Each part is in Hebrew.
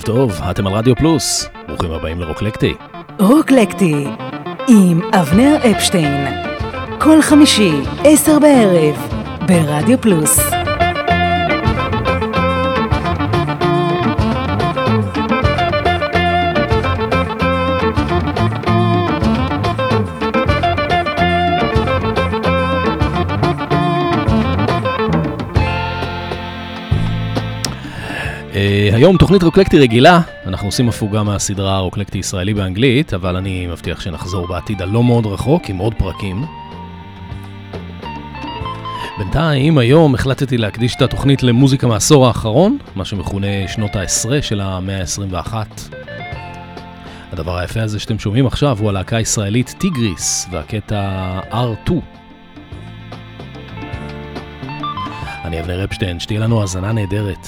טוב, אתם על רדיו פלוס. ברוכים הבאים לרוקלקטי. רוקלקטי, עם אבנר אפשטיין. כל חמישי, 10 בערב, ברדיו פלוס. היום תוכנית רוקלקטי רגילה, אנחנו עושים הפוגה מהסדרה רוקלקטי ישראלי באנגלית, אבל אני מבטיח שנחזור בעתיד הלא מאוד רחוק עם עוד פרקים. בינתיים היום החלטתי להקדיש את התוכנית למוזיקה מהעשור האחרון, מה שמכונה שנות ה-10 של המאה ה-21. הדבר היפה הזה שאתם שומעים עכשיו הוא הלהקה הישראלית טיגריס והקטע R2. אני אבנר אפשטיין, שתהיה לנו האזנה נהדרת.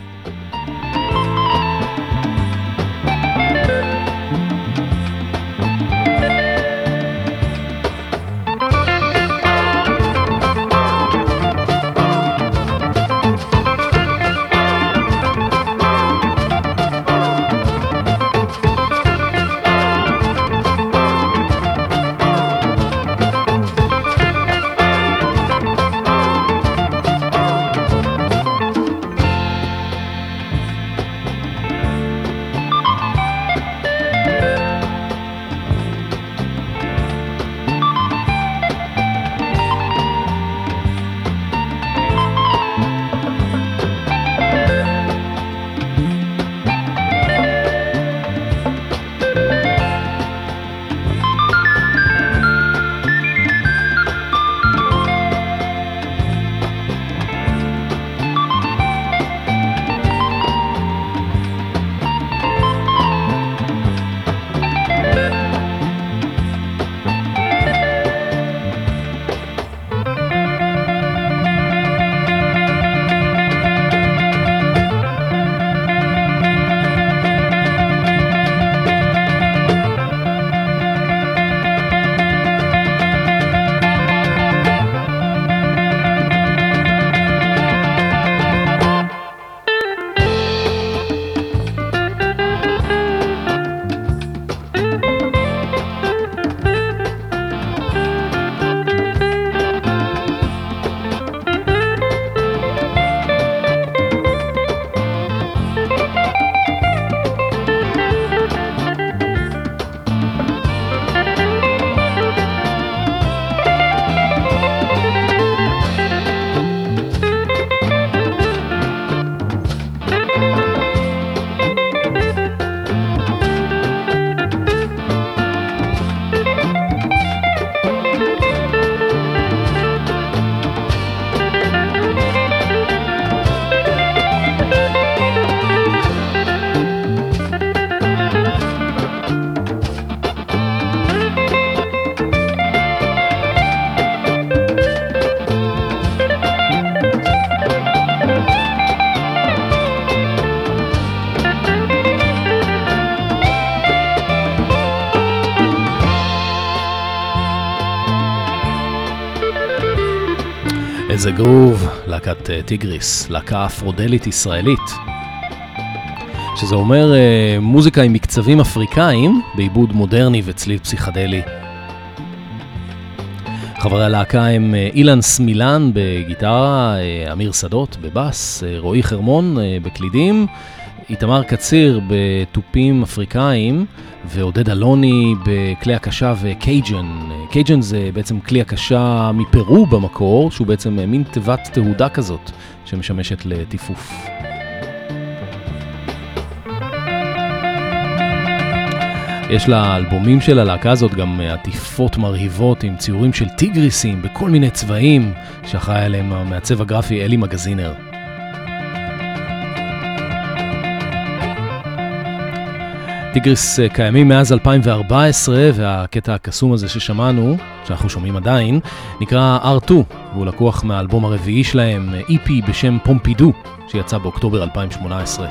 איזה גרוב, להקת טיגריס, להקה אפרודלית ישראלית, שזה אומר מוזיקה עם מקצבים אפריקאים בעיבוד מודרני וצליל פסיכדלי. חברי הלהקה הם אילן סמילן בגיטרה, אמיר שדות בבאס, רועי חרמון בקלידים, איתמר קציר בטופים אפריקאים ועודד אלוני בכלי הקשה וקייג'ן. קייג'ן זה בעצם כלי הקשה מפרו במקור, שהוא בעצם מין תיבת תהודה כזאת שמשמשת לטיפוף. יש לאלבומים של הלהקה הזאת גם עטיפות מרהיבות עם ציורים של טיגריסים בכל מיני צבעים שאחראי עליהם המעצב הגרפי אלי מגזינר. טיגריס קיימים מאז 2014, והקטע הקסום הזה ששמענו, שאנחנו שומעים עדיין, נקרא R2, והוא לקוח מהאלבום הרביעי שלהם, EP בשם פומפידו, שיצא באוקטובר 2018.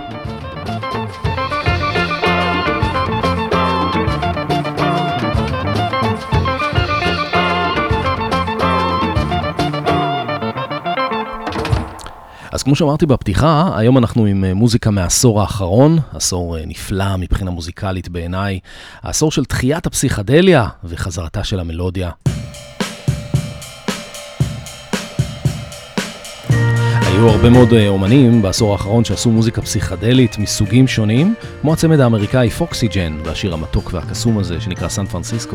כמו שאמרתי בפתיחה, היום אנחנו עם מוזיקה מהעשור האחרון, עשור נפלא מבחינה מוזיקלית בעיניי, העשור של תחיית הפסיכדליה וחזרתה של המלודיה. היו הרבה מאוד אומנים בעשור האחרון שעשו מוזיקה פסיכדלית מסוגים שונים, כמו הצמד האמריקאי פוקסיג'ן, והשיר המתוק והקסום הזה שנקרא סן פרנסיסקו.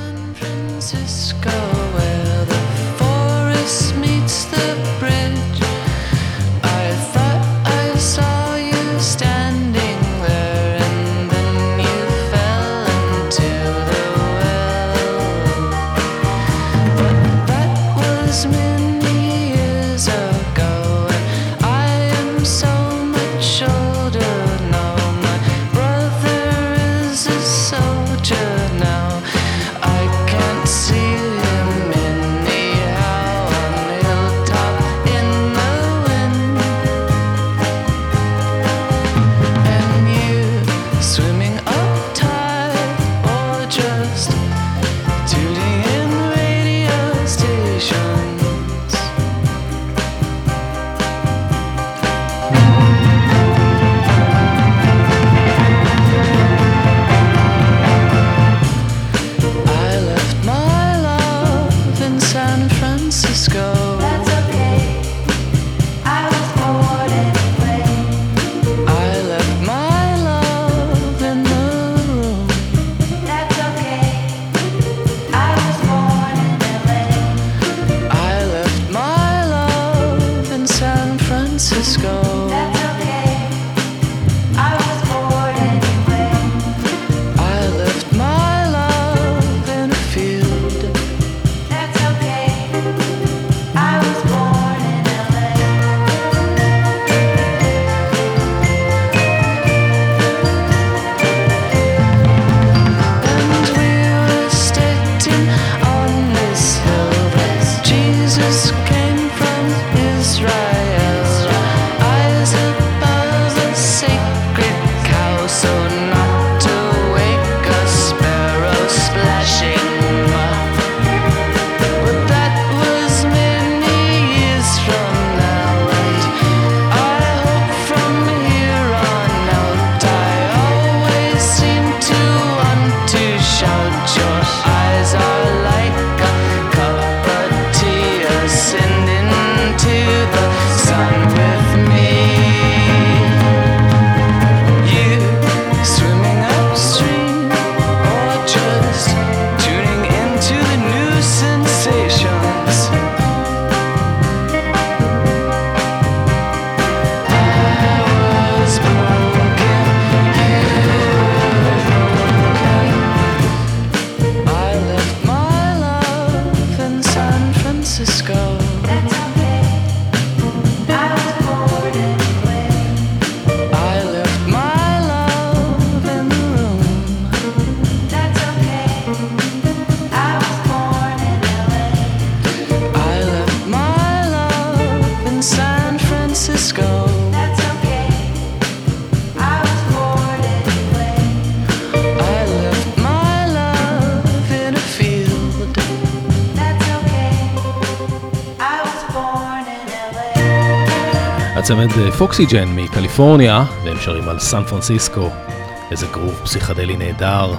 הצמד פוקסיג'ן מקליפורניה, והם שרים על סן פרנסיסקו, איזה גרוב פסיכדלי נהדר.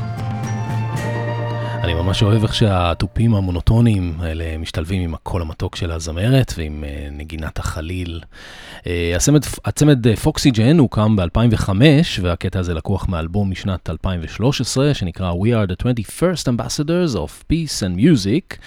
אני ממש אוהב איך שהטופים המונוטוניים האלה משתלבים עם הקול המתוק של הזמרת ועם נגינת החליל. הצמד פוקסיג'ן הוקם ב-2005, והקטע הזה לקוח מאלבום משנת 2013 שנקרא We are the 21st Ambassadors of Peace and Music.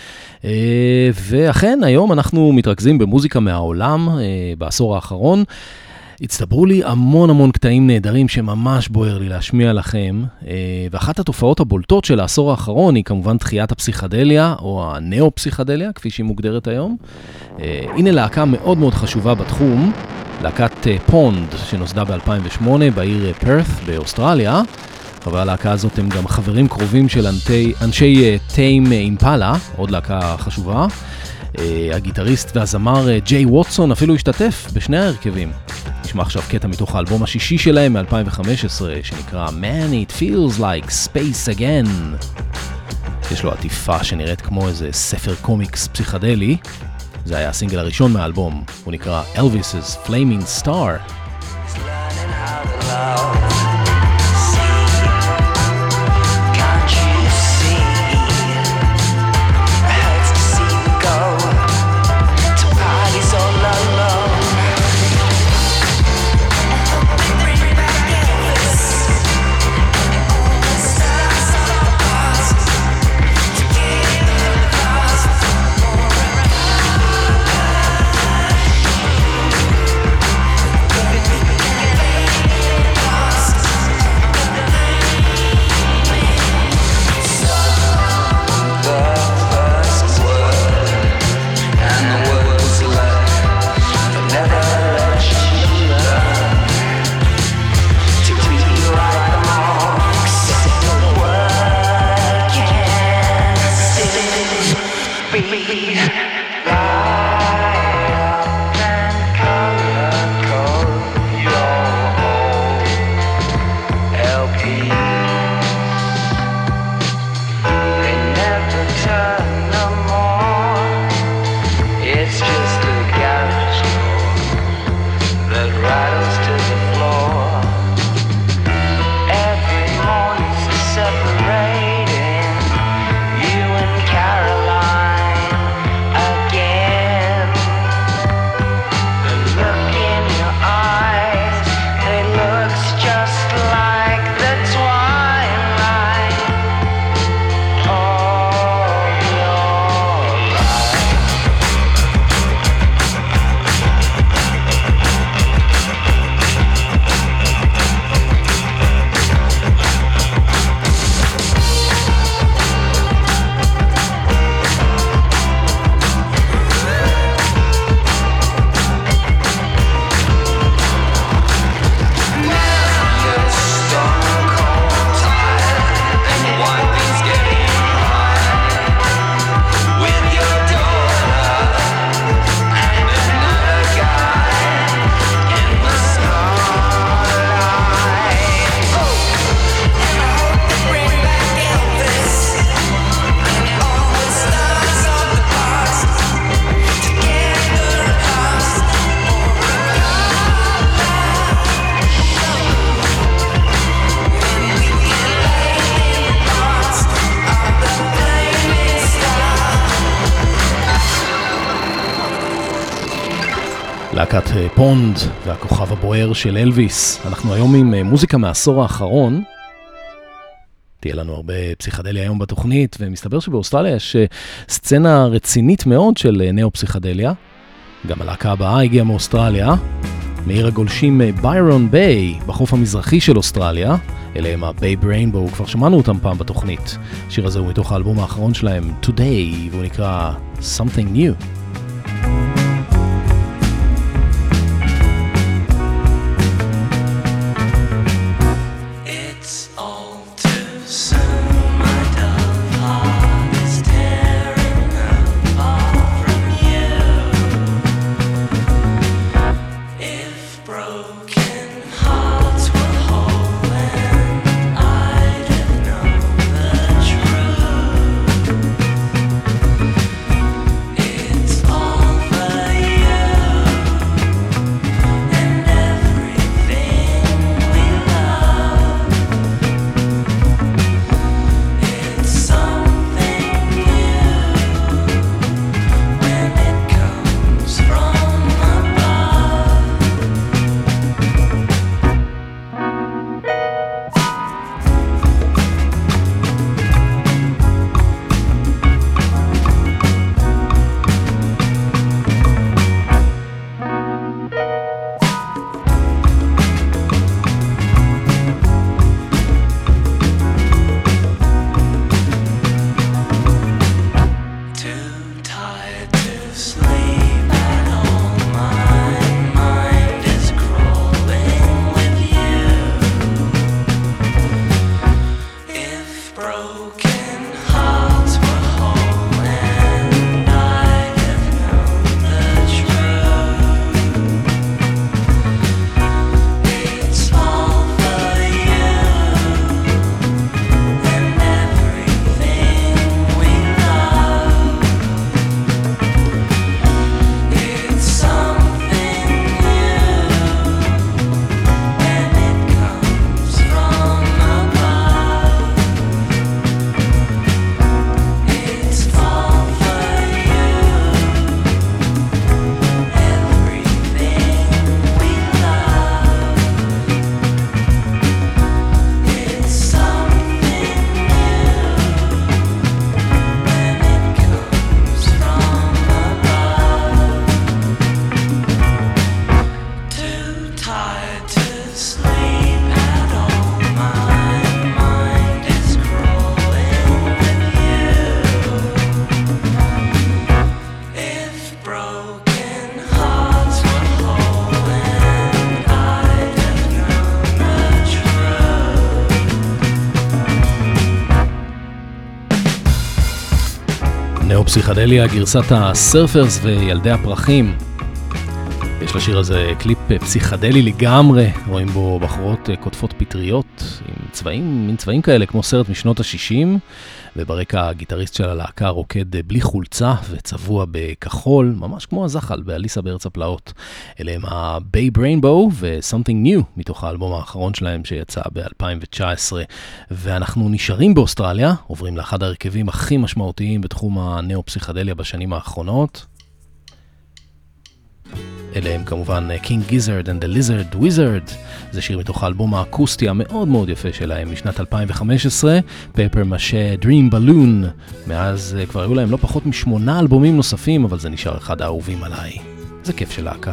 ואכן היום אנחנו מתרכזים במוזיקה מהעולם בעשור האחרון. הצטברו לי המון קטעים נהדרים שממש בוער לי להשמיע לכם, ואחת התופעות הבולטות של העשור האחרון היא כמובן תחיית הפסיכדליה, או הנאו-פסיכדליה, כפי שהיא מוגדרת היום. הנה להקה מאוד חשובה בתחום, להקת פונד, שנוסדה ב-2008 בעיר פרת באוסטרליה. חברי הלהקה הזאת הם גם חברים קרובים של אנשי טיים אימפלה, עוד להקה חשובה. הגיטריסט והזמר ג'יי ווטסון אפילו השתתף בשני ההרכבים. נשמע עכשיו קטע מתוך האלבום השישי שלהם מ-2015 שנקרא Man It Feels Like Space Again. יש לו עטיפה שנראית כמו איזה ספר קומיקס פסיכדלי. זה היה הסינגל הראשון מהאלבום, הוא נקרא Elvis's Flaming Star. להקת פונד והכוכב הבוער של אלוויס. אנחנו היום עם מוזיקה מהעשור האחרון. תהיה לנו הרבה פסיכדליה היום בתוכנית, ומסתבר שבאוסטרליה יש סצנה רצינית מאוד של נאו-פסיכדליה. גם הלהקה הבאה הגיעה מאוסטרליה, מעיר הגולשים ביירון ביי, בחוף המזרחי של אוסטרליה. אלה הם הבייב ריינבו, כבר שמענו אותם פעם בתוכנית. השיר הזה הוא מתוך האלבום האחרון שלהם, Today, והוא נקרא Something New. It's נאו-פסיכדליה, גרסת הסרפרס וילדי הפרחים. יש לשיר הזה קליפ פסיכדלי לגמרי, רואים בו בחורות כותפות פטריות עם צבעים, מין צבעים כאלה כמו סרט משנות ה-60, וברקע הגיטריסט של הלהקה רוקד בלי חולצה וצבוע בכחול, ממש כמו הזחל באליסה בארץ הפלאות. אלה הם ה-Babe Rainbow ו-Something New מתוך האלבום האחרון שלהם שיצא ב-2019, ואנחנו נשארים באוסטרליה, עוברים לאחד הרכבים הכי משמעותיים בתחום הנאו-פסיכדליה בשנים האחרונות. אלה הם כמובן King Gizzard and the Lizard Wizard, זה שיר מתוך האלבום האקוסטי המאוד מאוד יפה שלהם משנת 2015, Paper Mache Dream Balloon. מאז כבר היו להם לא פחות מ8 אלבומים נוספים, אבל זה נשאר אחד האהובים עליי. זה כיף של להקה.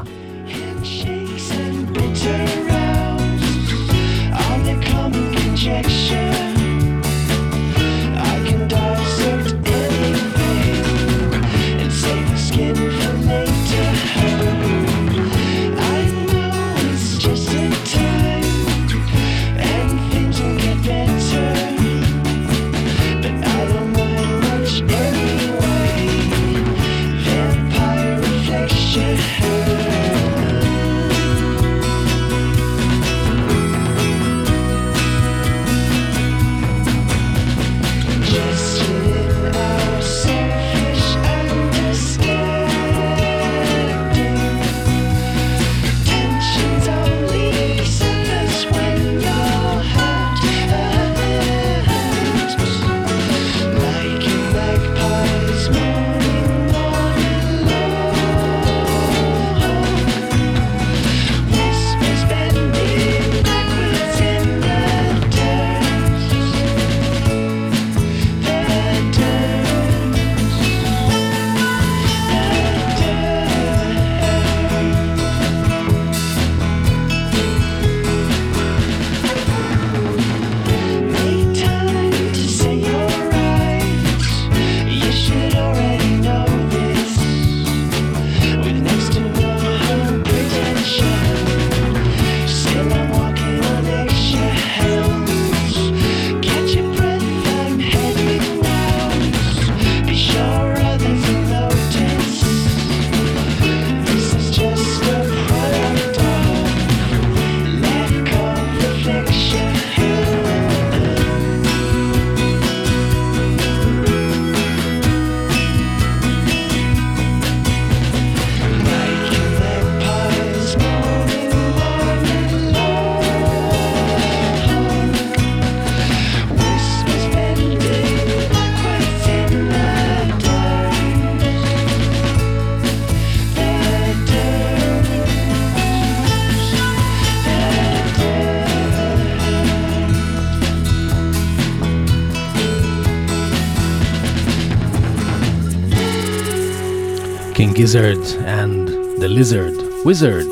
Gizzard and the Lizard Wizard,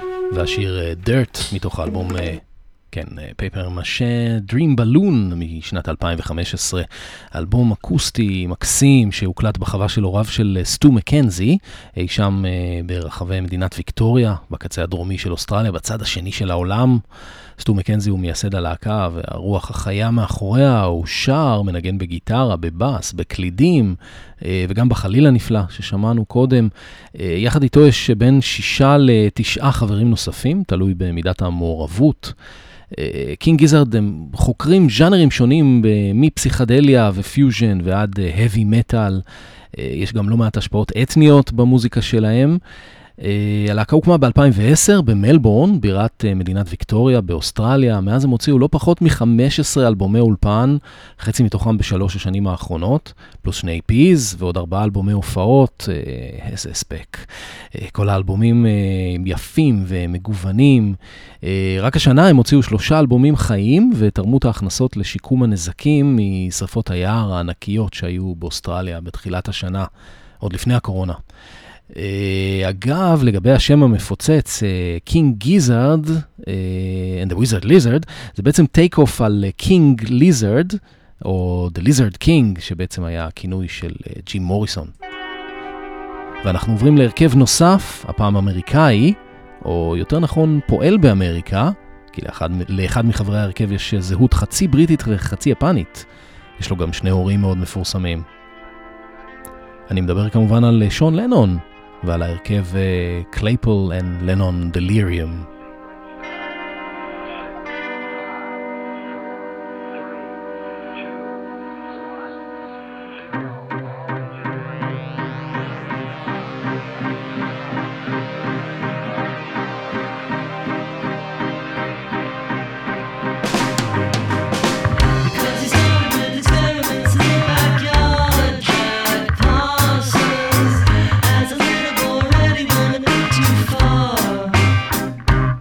והשיר Dirt מתוך האלבום כן, Paper Mache Dream Balloon משנת 2015, אלבום אקוסטי מקסים שהוקלט בחווה של הוריו של סטו מקנזי, אי שם ברחבי מדינת ויקטוריה, בקצה הדרומי של אוסטרליה, בצד השני של העולם. סטו מקנזי הוא מייסד הלהקה, והרוח החיה מאחוריה, הוא שר, מנגן בגיטרה, בבאס, בקלידים, וגם בחליל הנפלא ששמענו קודם. יחד איתו יש בין 6 ל9 חברים נוספים, תלוי במידת המעורבות. קינג גיזרד הם חוקרים ז'אנרים שונים מפסיכדליה ופיוז'ן ועד heavy metal. יש גם לא מעט השפעות אתניות במוזיקה שלהם. הלהקה הוקמה ב-2010 במלבורן, בירת מדינת ויקטוריה באוסטרליה. מאז הם הוציאו לא פחות מ-15 אלבומי אולפן, חצי מתוכם ב3 השנים האחרונות, פלוס 2 EPs ועוד 4 אלבומי הופעות. איזה הספק. כל האלבומים יפים ומגוונים. רק השנה הם הוציאו 3 אלבומים חיים ותרמו את ההכנסות לשיקום הנזקים משרפות היער הענקיות שהיו באוסטרליה בתחילת השנה, עוד לפני הקורונה. אגב, לגבי השם המפוצץ, King Gizzard and the Wizard Lizard, זה בעצם טייק אוף על King Lizard, או The Lizard King, שבעצם היה הכינוי של ג'ים מוריסון. ואנחנו עוברים להרכב נוסף, הפעם אמריקאי, או יותר נכון פועל באמריקה, כי לאחד מחברי ההרכב יש זהות חצי בריטית וחצי יפנית. יש לו גם 2 הורים מאוד מפורסמים. אני מדבר כמובן על שון לנון ועל ההרכב קלייפול and לנון דליריום. As a little boy, ready, wanna be too far.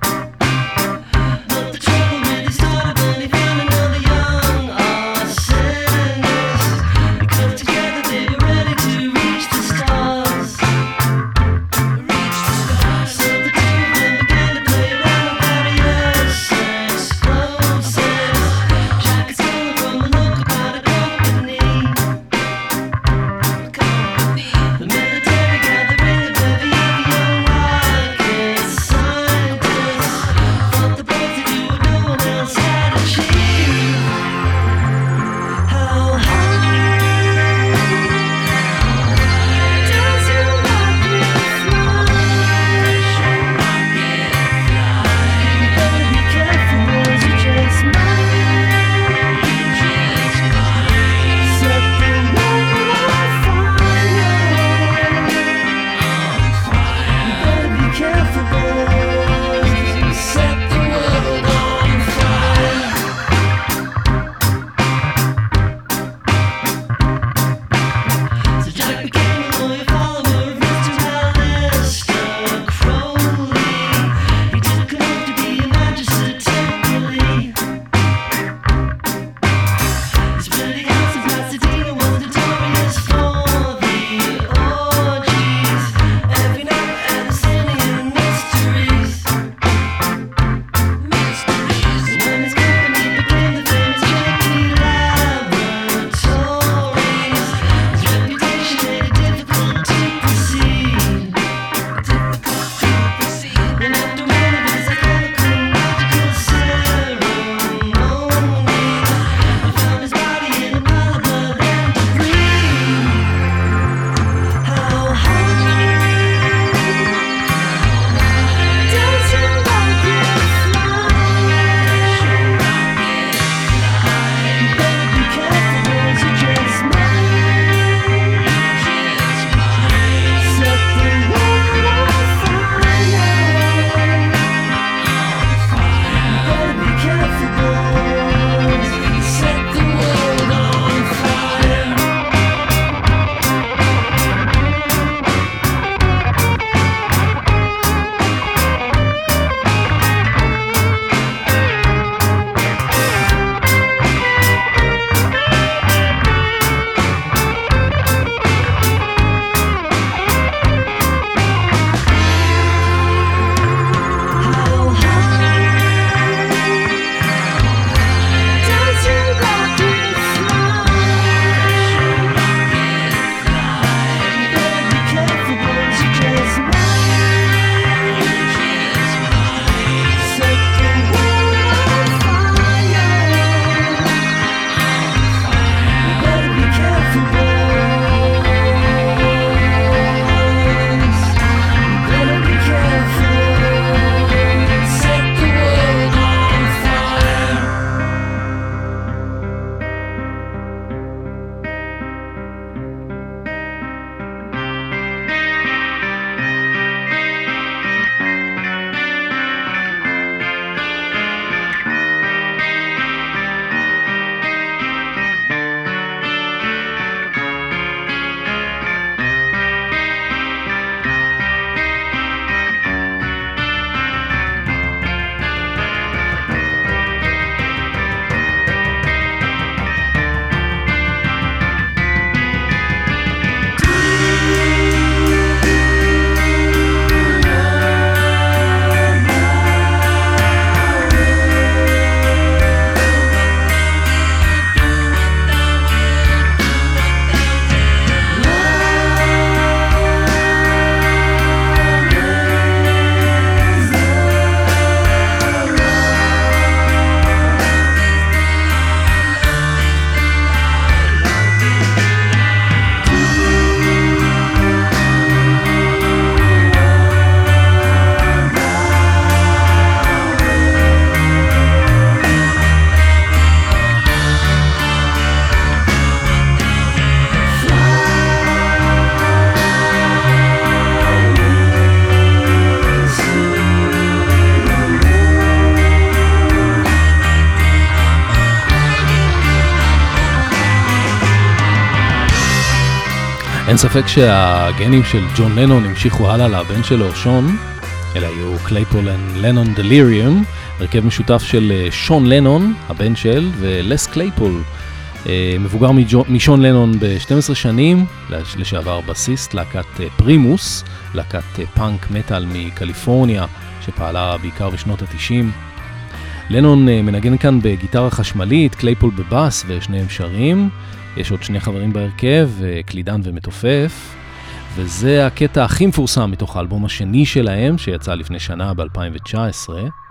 אין ספק שהגנים של ג'ון לנון המשיכו הלאה לבן שלו, שון. אלה היו קלייפול ולנון דליריום, הרכב משותף של שון לנון, הבן של, ולס קלייפול, מבוגר משון לנון ב-12 שנים, לשעבר בסיסט, להקת פרימוס, להקת פאנק מטל מקליפורניה, שפעלה בעיקר בשנות ה-90. לנון מנגן כאן בגיטרה חשמלית, קלייפול בבאס ושניהם שרים. יש עוד שני חברים בהרכב, קלידן ומתופף, וזה הקטע הכי מפורסם מתוך האלבום השני שלהם, שיצא לפני שנה ב-2019.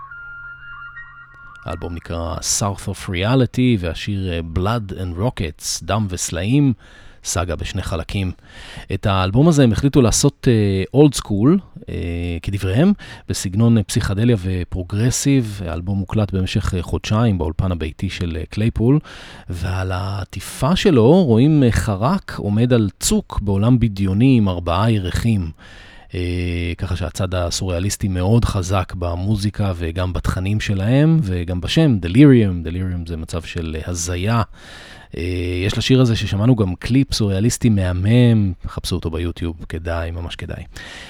האלבום נקרא South of Reality, והשיר Blood and Rockets, דם וסלעים, סאגה בשני חלקים. את האלבום הזה הם החליטו לעשות אולד סקול, כדבריהם, בסגנון פסיכדליה ופרוגרסיב. האלבום מוקלט במשך חודשיים באולפן הביתי של קלייפול, ועל העטיפה שלו רואים חרק עומד על צוק בעולם בדיוני עם 4 ירחים. ככה שהצד הסוריאליסטי מאוד חזק במוזיקה וגם בתכנים שלהם, וגם בשם, דליריום. דליריום זה מצב של הזיה. יש לשיר הזה ששמענו גם קליפ סוריאליסטי מהמם, חפשו אותו ביוטיוב, כדאי, ממש כדאי.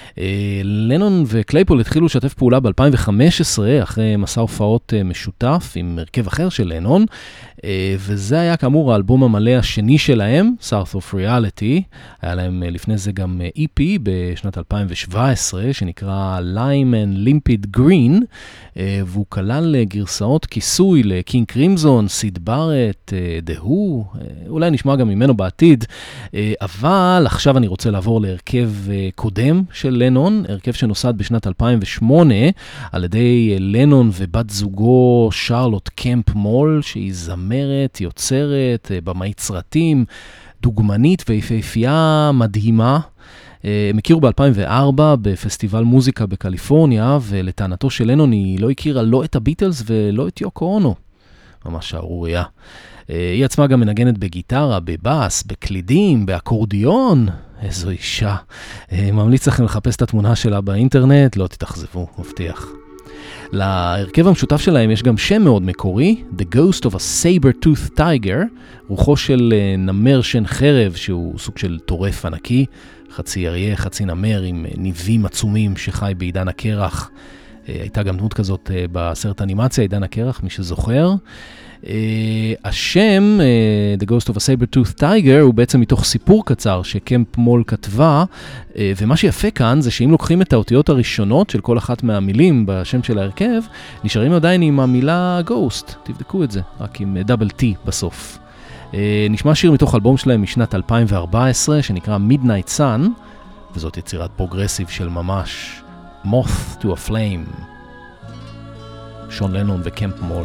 לנון וקלייפול התחילו לשתף פעולה ב-2015, אחרי מסע הופעות משותף עם הרכב אחר של לנון, וזה היה כאמור האלבום המלא השני שלהם, South of Reality. היה להם לפני זה גם EP בשנת 2017, שנקרא Lime and Limpid Green, והוא כלל גרסאות כיסוי לקינג קרימזון, סיד בארט, דהו, אולי נשמע גם ממנו בעתיד, אבל עכשיו אני רוצה לעבור להרכב קודם של לנון, הרכב שנוסד בשנת 2008 על ידי לנון ובת זוגו שרלוט קמפ מול, שהיא זמרת, יוצרת, במאית סרטים, דוגמנית ויפהפייה מדהימה. הם הכירו ב-2004 בפסטיבל מוזיקה בקליפורניה, ולטענתו של לנון היא לא הכירה לא את הביטלס ולא את יוקו אונו. ממש שערוריה. היא עצמה גם מנגנת בגיטרה, בבאס, בקלידים, באקורדיון. איזו אישה. ממליץ לכם לחפש את התמונה שלה באינטרנט, לא תתאכזבו, מבטיח. להרכב המשותף שלהם יש גם שם מאוד מקורי, The Ghost of a Saber-Toothed Tiger, רוחו של נמר שן חרב, שהוא סוג של טורף ענקי, חצי אריה, חצי נמר עם ניבים עצומים שחי בעידן הקרח. הייתה גם דמות כזאת בסרט אנימציה, עידן הקרח, מי שזוכר. השם, The Ghost of a Saber-Toothed Tiger, הוא בעצם מתוך סיפור קצר שקמפ מול כתבה, ומה שיפה כאן זה שאם לוקחים את האותיות הראשונות של כל אחת מהמילים בשם של ההרכב, נשארים עדיין עם המילה Ghost, תבדקו את זה, רק עם דאבל T בסוף. נשמע שיר מתוך אלבום שלהם משנת 2014, שנקרא Midnight Sun, וזאת יצירת פרוגרסיב של ממש, Moth to a Flame, שון לנון וקמפ מול.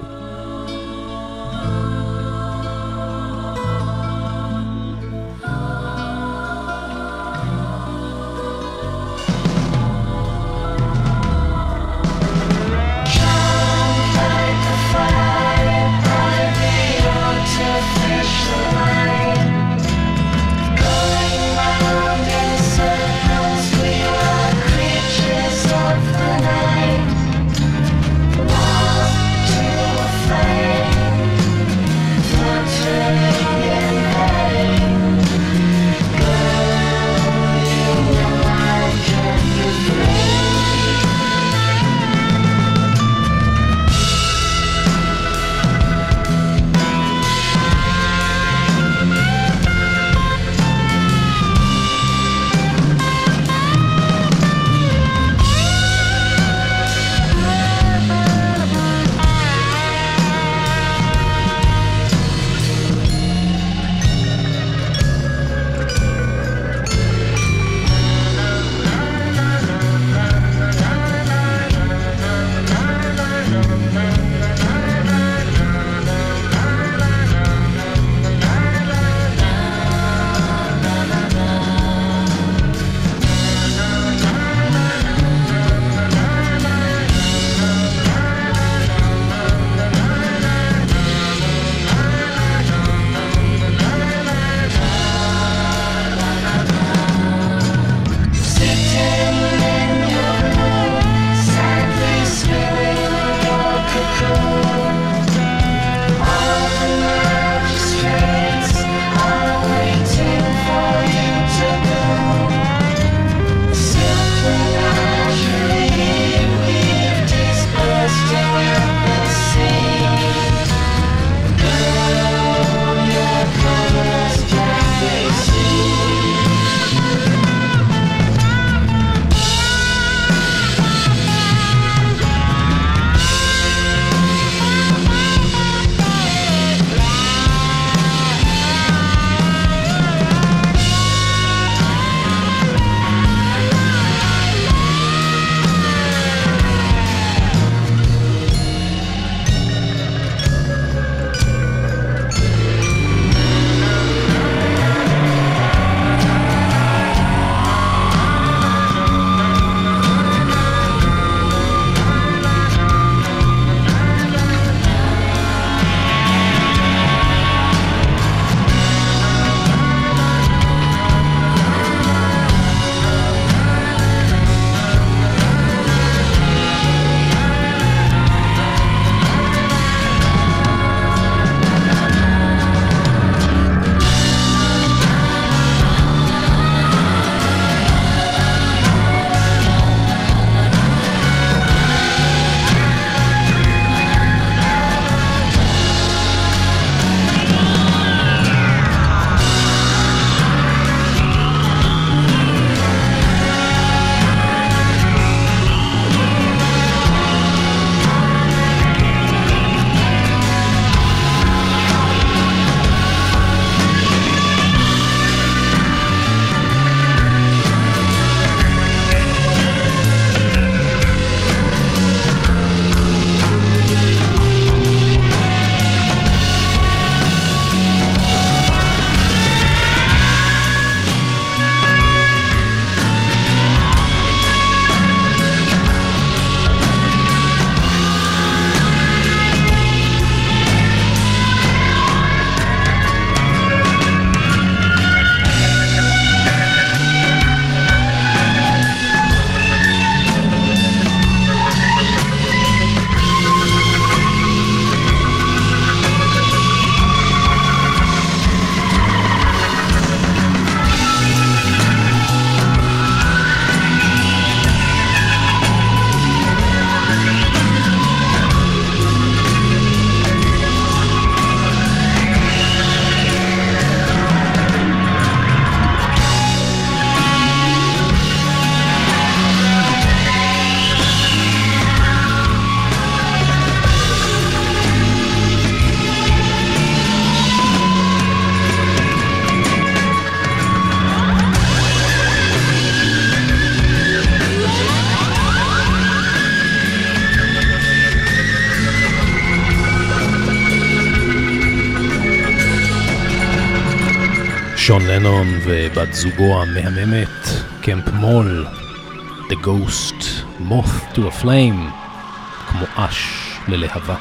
שון לנון ובת זוגו המהממת, קמפ מול, The Ghost, Moth to a Flame, כמו אש ללהבה.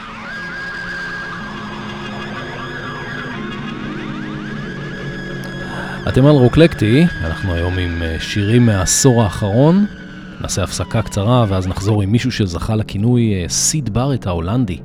אתם על רוקלקטי, אנחנו היום עם שירים מהעשור האחרון, נעשה הפסקה קצרה ואז נחזור עם מישהו שזכה לכינוי סיד בארט ההולנדי.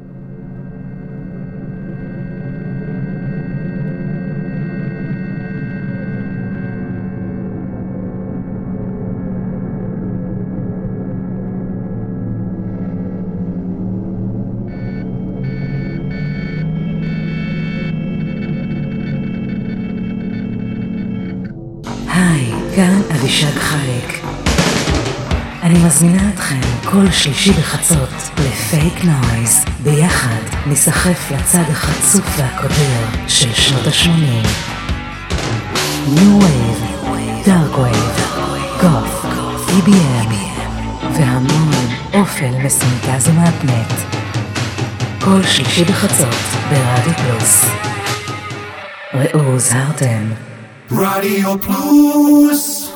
כאן אבישג חייק. אני מזמינה אתכם כל שלישי בחצות לפייק נויז. ביחד נסחף לצד החצוף והקודר של שנות ה-80. New Wave, Dark Wave, Goth, EBM והמון אופל מסונטז ומאפנט. כל שלישי בחצות ברדיו פלוס. ראו הוזהרתם. רדיו פלוס.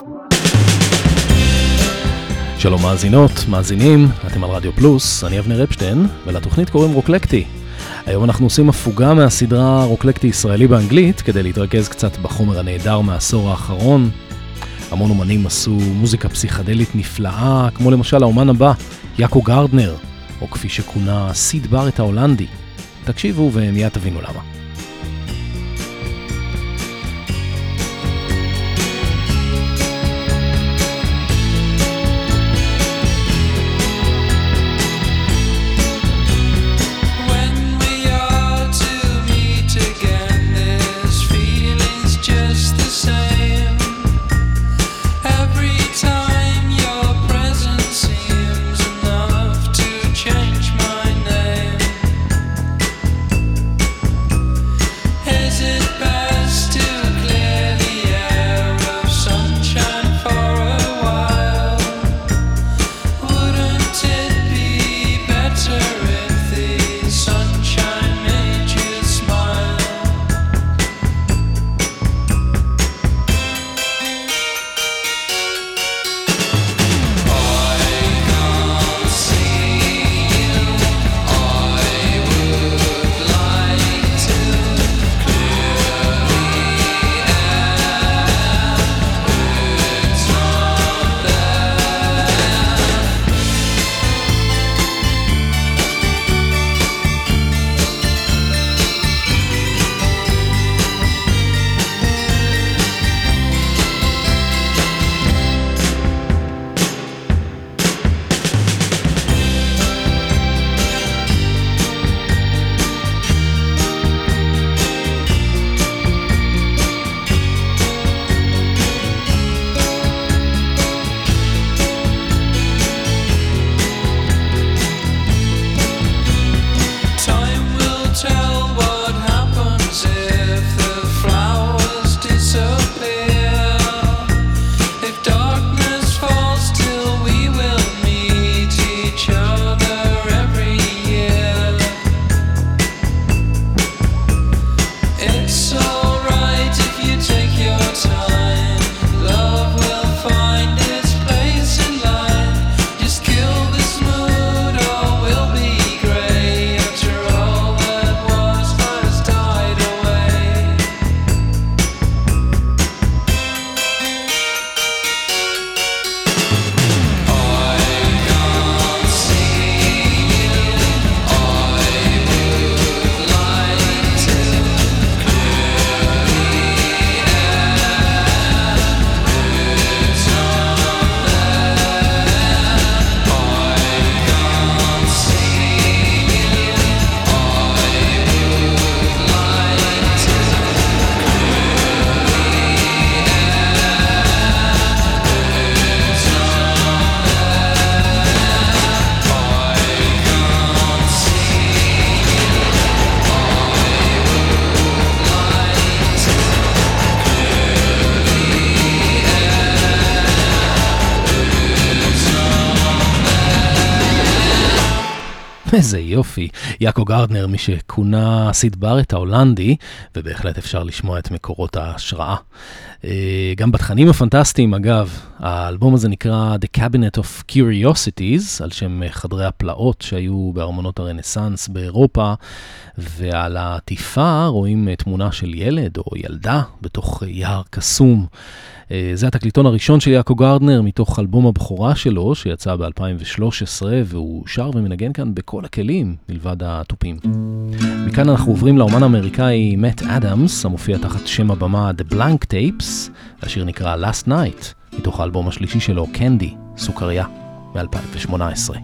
שלום מאזינות, מאזינים, אתם על רדיו פלוס, אני אבנר אפשטיין, ולתוכנית קוראים רוקלקטי. היום אנחנו עושים הפוגה מהסדרה רוקלקטי ישראלי באנגלית, כדי להתרכז קצת בחומר הנהדר מהעשור האחרון. המון אומנים עשו מוזיקה פסיכדלית נפלאה, כמו למשל האומן הבא, יאקו גרדנר, או כפי שכונה סיד בארט ההולנדי. תקשיבו ומיד תבינו למה. איזה יופי, יעקב גארדנר, מי שכונה סיד בארט ההולנדי, ובהחלט אפשר לשמוע את מקורות ההשראה. גם בתכנים הפנטסטיים, אגב, האלבום הזה נקרא The Cabinet of Curiosities, על שם חדרי הפלאות שהיו בארמונות הרנסנס באירופה, ועל העטיפה רואים תמונה של ילד או ילדה בתוך יער קסום. זה התקליטון הראשון של יעקב גארדנר מתוך אלבום הבכורה שלו שיצא ב-2013, והוא שר ומנגן כאן בכל הכלים מלבד התופים. מכאן אנחנו עוברים לאומן האמריקאי מאט אדמס, המופיע תחת שם הבמה The Blank Tapes. השיר נקרא Last Night מתוך האלבום השלישי שלו, קנדי, סוכריה, מ-2018.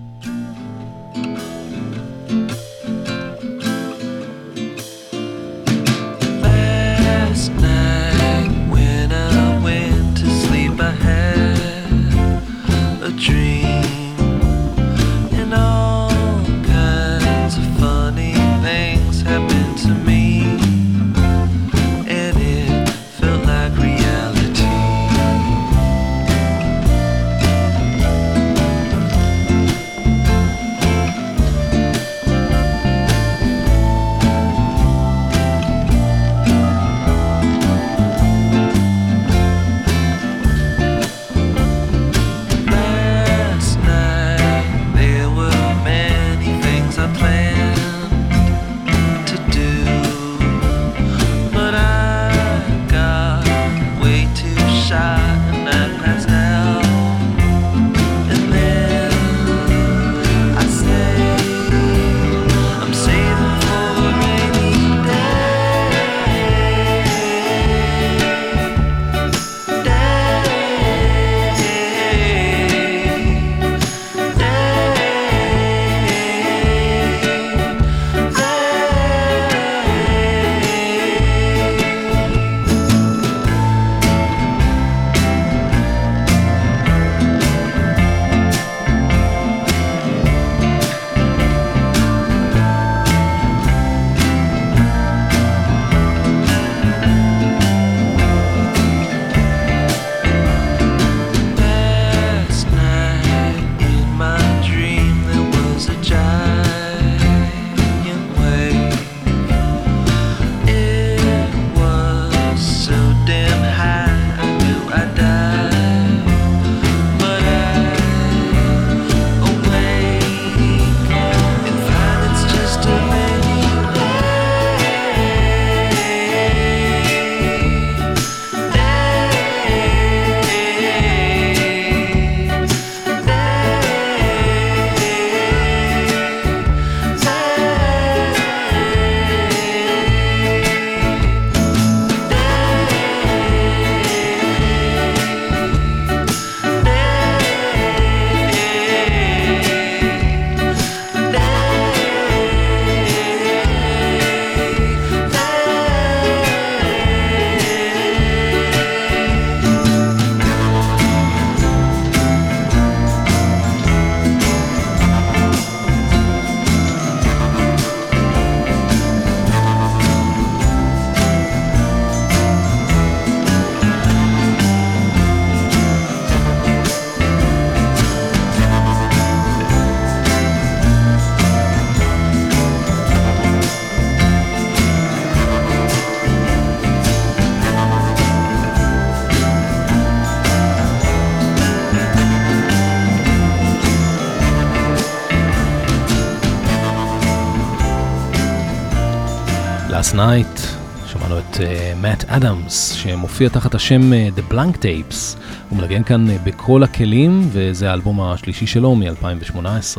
Last Night, שמענו את מאט אדמס, שמופיע תחת השם The Blank Tapes. הוא מנגן כאן בכל הכלים, וזה האלבום השלישי שלו מ-2018.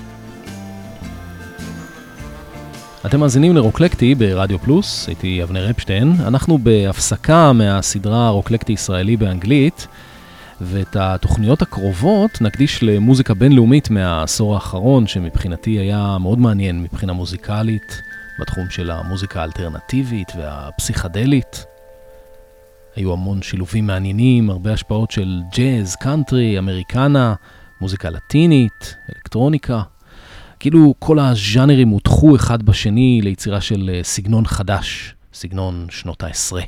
אתם מאזינים לרוקלקטי ברדיו פלוס, הייתי אבנר אפשטיין. אנחנו בהפסקה מהסדרה רוקלקטי ישראלי באנגלית, ואת התוכניות הקרובות נקדיש למוזיקה בינלאומית מהעשור האחרון, שמבחינתי היה מאוד מעניין מבחינה מוזיקלית, בתחום של המוזיקה האלטרנטיבית והפסיכדלית. היו המון שילובים מעניינים, הרבה השפעות של ג'אז, קאנטרי, אמריקנה, מוזיקה לטינית, אלקטרוניקה. כאילו כל הז'אנרים הותחו אחד בשני ליצירה של סגנון חדש, סגנון שנות ה-10.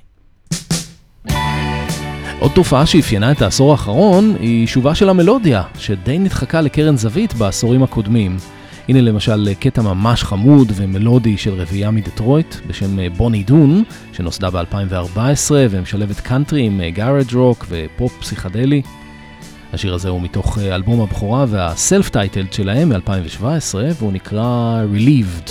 עוד תופעה שאפיינה את העשור האחרון היא שובה של המלודיה, שדי נדחקה לקרן זווית בעשורים הקודמים. הנה למשל קטע ממש חמוד ומלודי של רביעייה מדטרויט בשם בוני דון, שנוסדה ב-2014 ומשלבת קאנטרי עם גארג' רוק ופופ פסיכדלי. השיר הזה הוא מתוך אלבום הבכורה והסלף טייטלד שלהם מ-2017, והוא נקרא Relieved.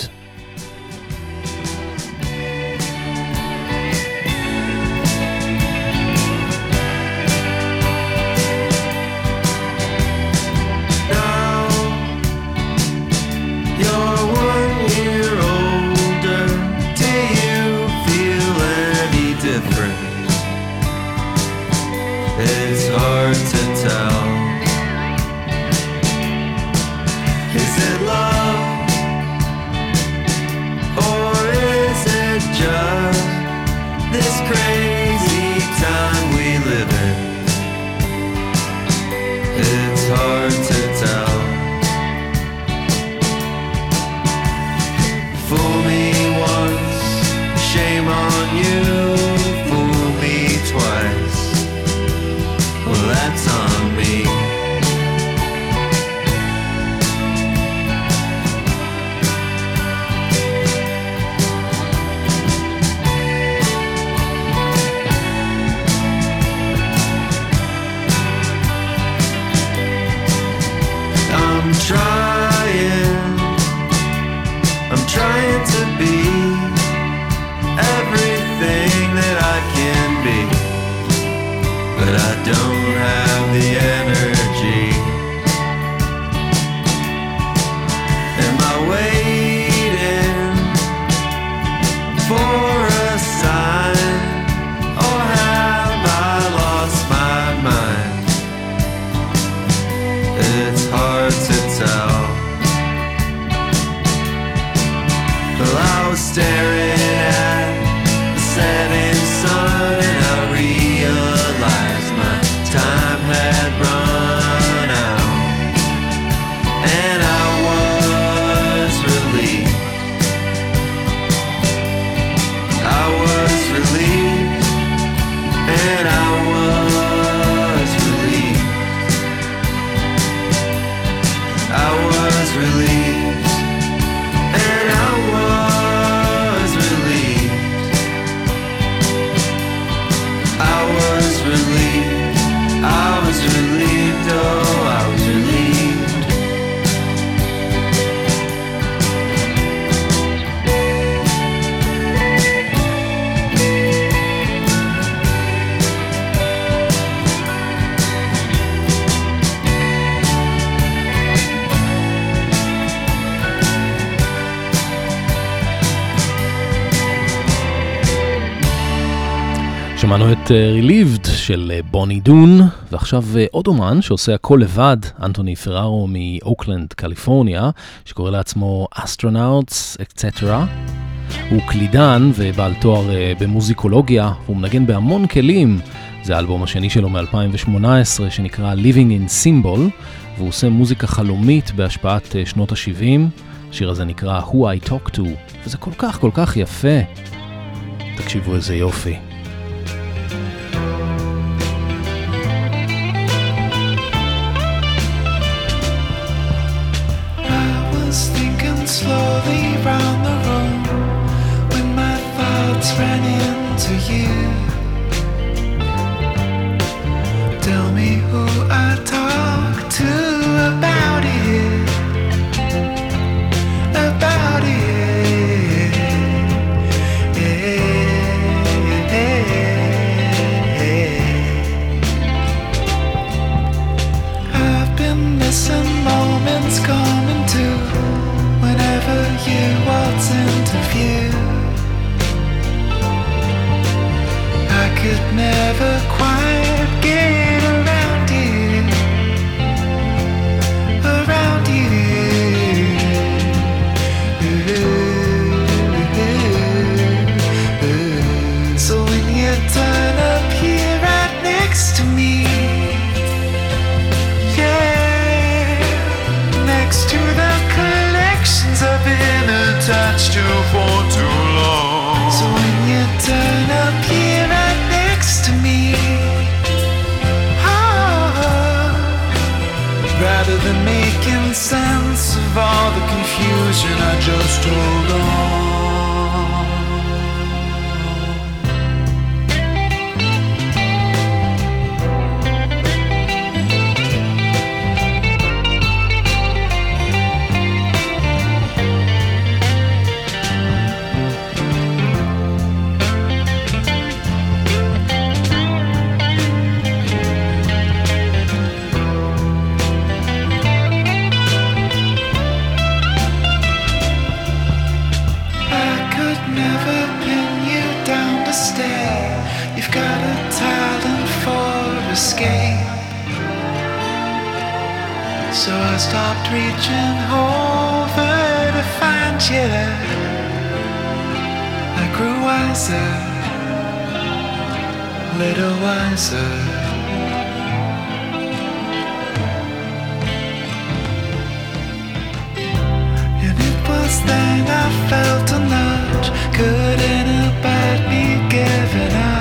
שמענו את Relieved של בוני דון, ועכשיו עוד אומן שעושה הכל לבד, אנטוני פררו מאוקלנד, קליפורניה, שקורא לעצמו Astronauts, etc. הוא קלידן ובעל תואר במוזיקולוגיה, הוא מנגן בהמון כלים. זה האלבום השני שלו מ-2018 שנקרא Living in Symbol, והוא עושה מוזיקה חלומית בהשפעת שנות ה-70. השיר הזה נקרא Who I Talk To, וזה כל כך כל כך יפה. תקשיבו איזה יופי. Slowly round the room when my thoughts ran into you. Tell me who I talk to about it, about it. I've been missing moments coming to whenever you waltz into view. I could never quite get around you, around you. So when you turn up here right next to me, yeah, next to the I've been attached to for too long. So when you turn up here right next to me, all the confusion, I just hold on. You've got a talent for escape, so I stopped reaching over to find you. I grew wiser, little wiser. And it was then I felt a nudge, couldn't abide me giving up.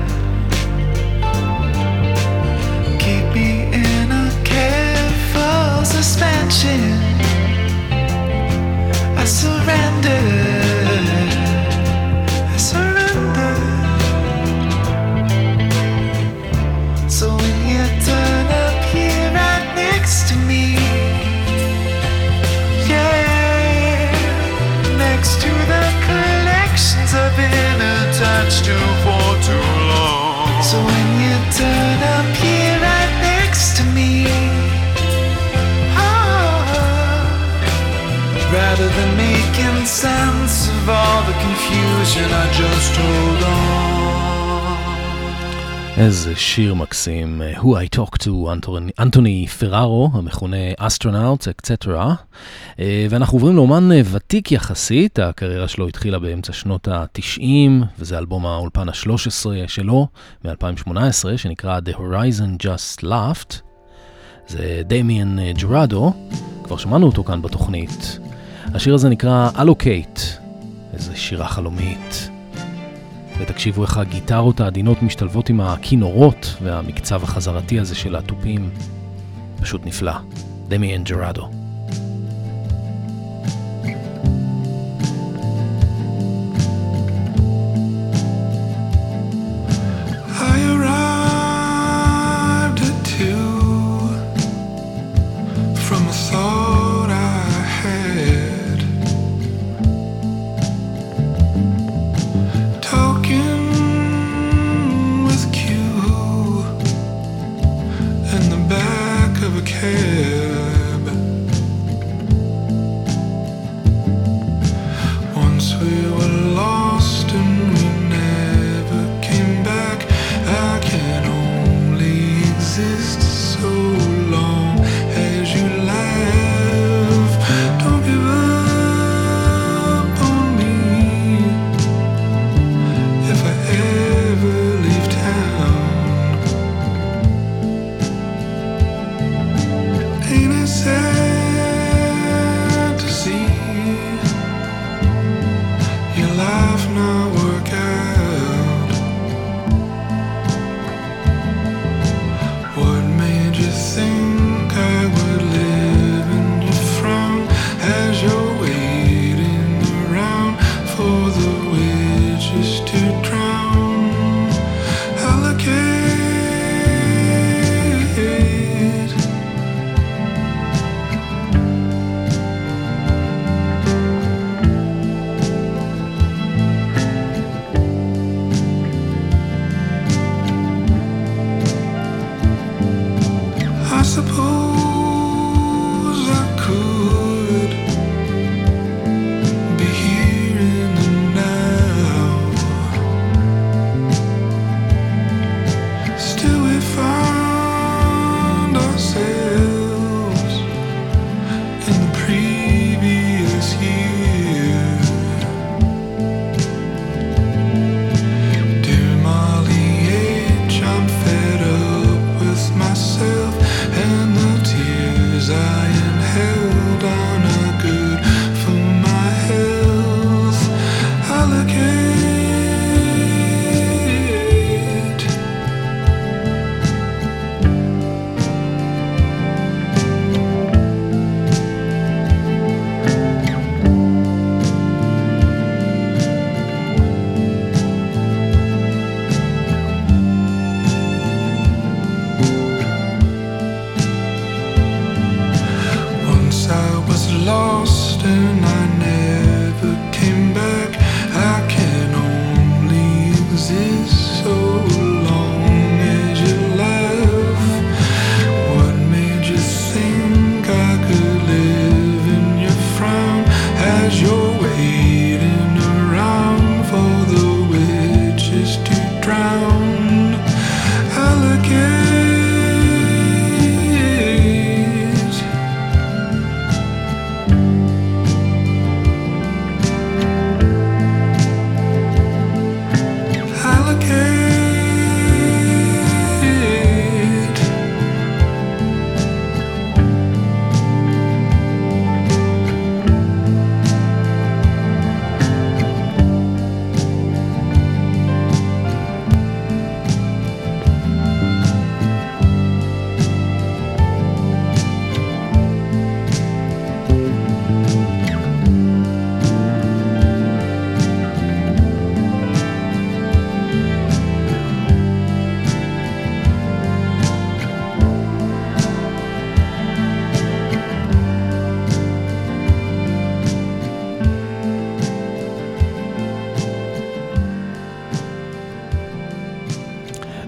Suspension, I surrender, I surrender. So when you turn up here right next to me, yeah, next to the collections I've been attached to for too long. So when you turn up here right next to me, rather than making sense of all the confusion, I just hold on. איזה שיר מקסים, Who I Talk To, אנטוני פרארו, המכונה Astronauts, etc. ואנחנו עוברים לאומן ותיק יחסית, הקריירה שלו התחילה באמצע שנות ה-90, וזה אלבום האולפן ה-13 שלו, מ-2018, שנקרא The Horizon Just Laughed. זה דמיאן ג'רדו, כבר שמענו אותו כאן בתוכנית. השיר הזה נקרא Allocate, איזה שירה חלומית. ותקשיבו איך הגיטרות העדינות משתלבות עם הכינורות והמקצב החזרתי הזה של הטופים. פשוט נפלא. דמיאן ג'רדו. Cab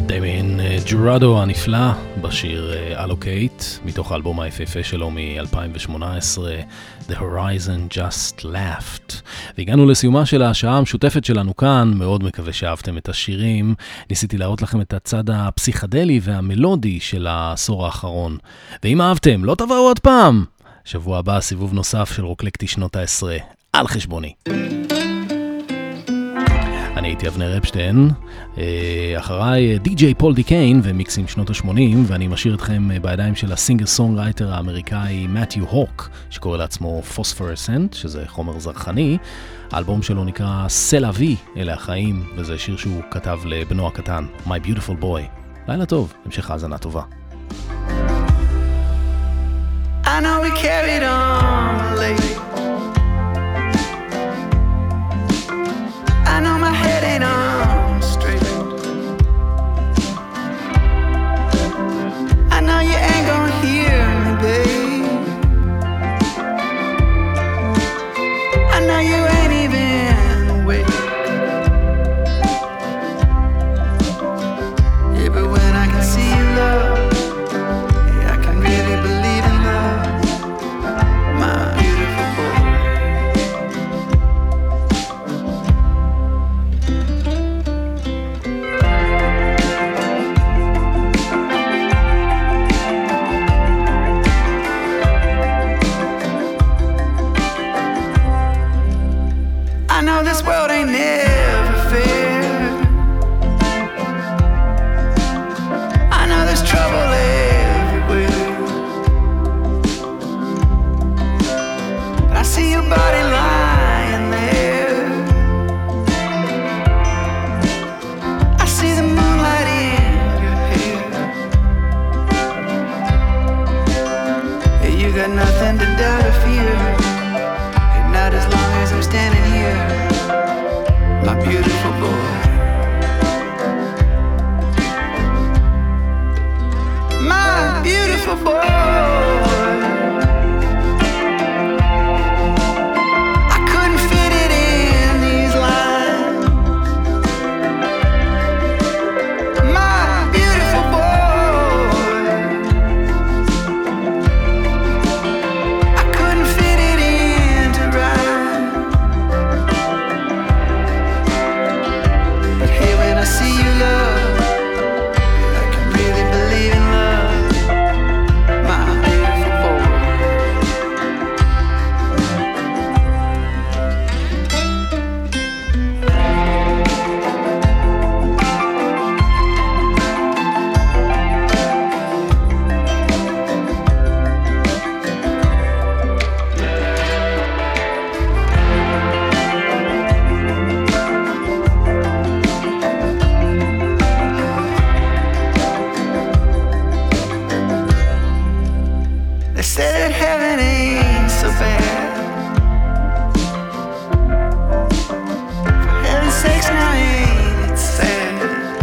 דמיין ג'ורדו הנפלא בשיר אלוקייט מתוך האלבום היפהפה שלו מ-2018 The Horizon Just Laughed. והגענו לסיומה של השעה המשותפת שלנו כאן, מאוד מקווה שאהבתם את השירים. ניסיתי להראות לכם את הצד הפסיכדלי והמלודי של העשור האחרון, ואם אהבתם לא תבואו עוד פעם, שבוע הבא סיבוב נוסף של רוקלקטי שנות ה-10 על חשבוני. אני הייתי אבנר אפשטיין, אחריי די.ג'יי פול דיקיין ומיקסים שנות ה-80, ואני משאיר אתכם בידיים של הסינגר סונגרייטר האמריקאי מתיו הוק, שקורא לעצמו פוספורסנט, שזה חומר זרחני. האלבום שלו נקרא סלה וי, אלה החיים, וזה שיר שהוא כתב לבנו הקטן, My Beautiful Boy. לילה טוב, המשך האזנה טובה. I know we carried on late. I know my head ain't on straight. I know you ain't gonna hear me, babe. I know you ain't even awake. Yeah, but when I can see you, love, yeah, I can really believe in love, my beautiful boy. I know this world ain't never fair. I know there's trouble everywhere. But I see your body lying there. I see the moonlight in your hair. Yeah, you got nothing to doubt or fear. Not as long as I'm standing here, my beautiful boy. My beautiful boy. I couldn't fit it in these lines. My beautiful boy. I couldn't fit it into rhyme. But hey, when I see you, love, I can really believe in love, my beautiful boy. They say that heaven ain't so bad. For heaven's sakes, now ain't it sad?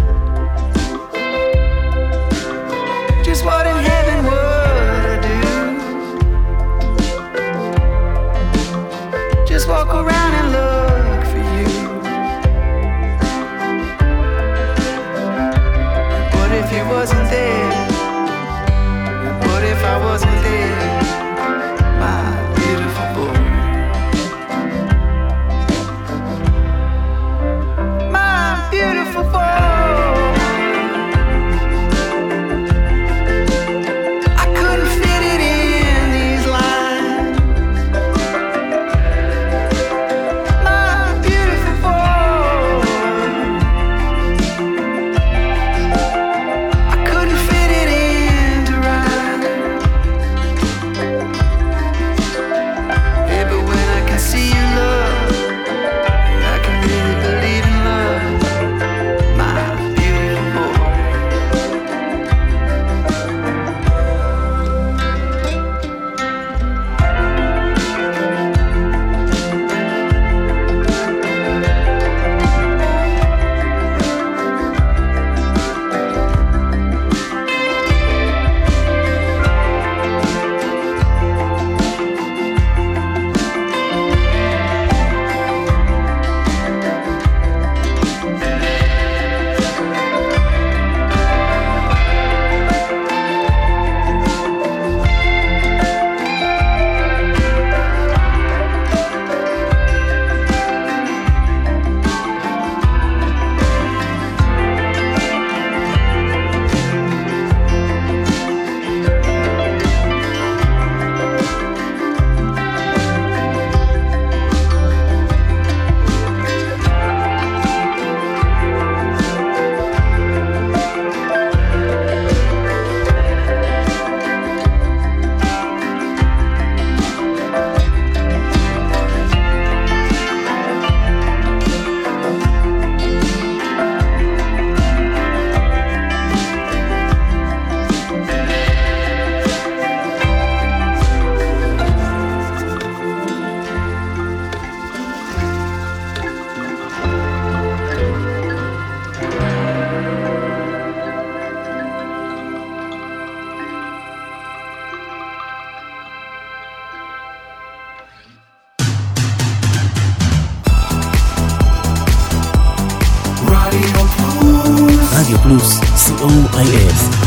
Just what in heaven would I do? Just walk around and look for you. What if you wasn't there? What if I wasn't there, my beautiful boy? My beautiful boy. I couldn't fit it in these lines. My beautiful boy. I couldn't רדיו פלוס, co.il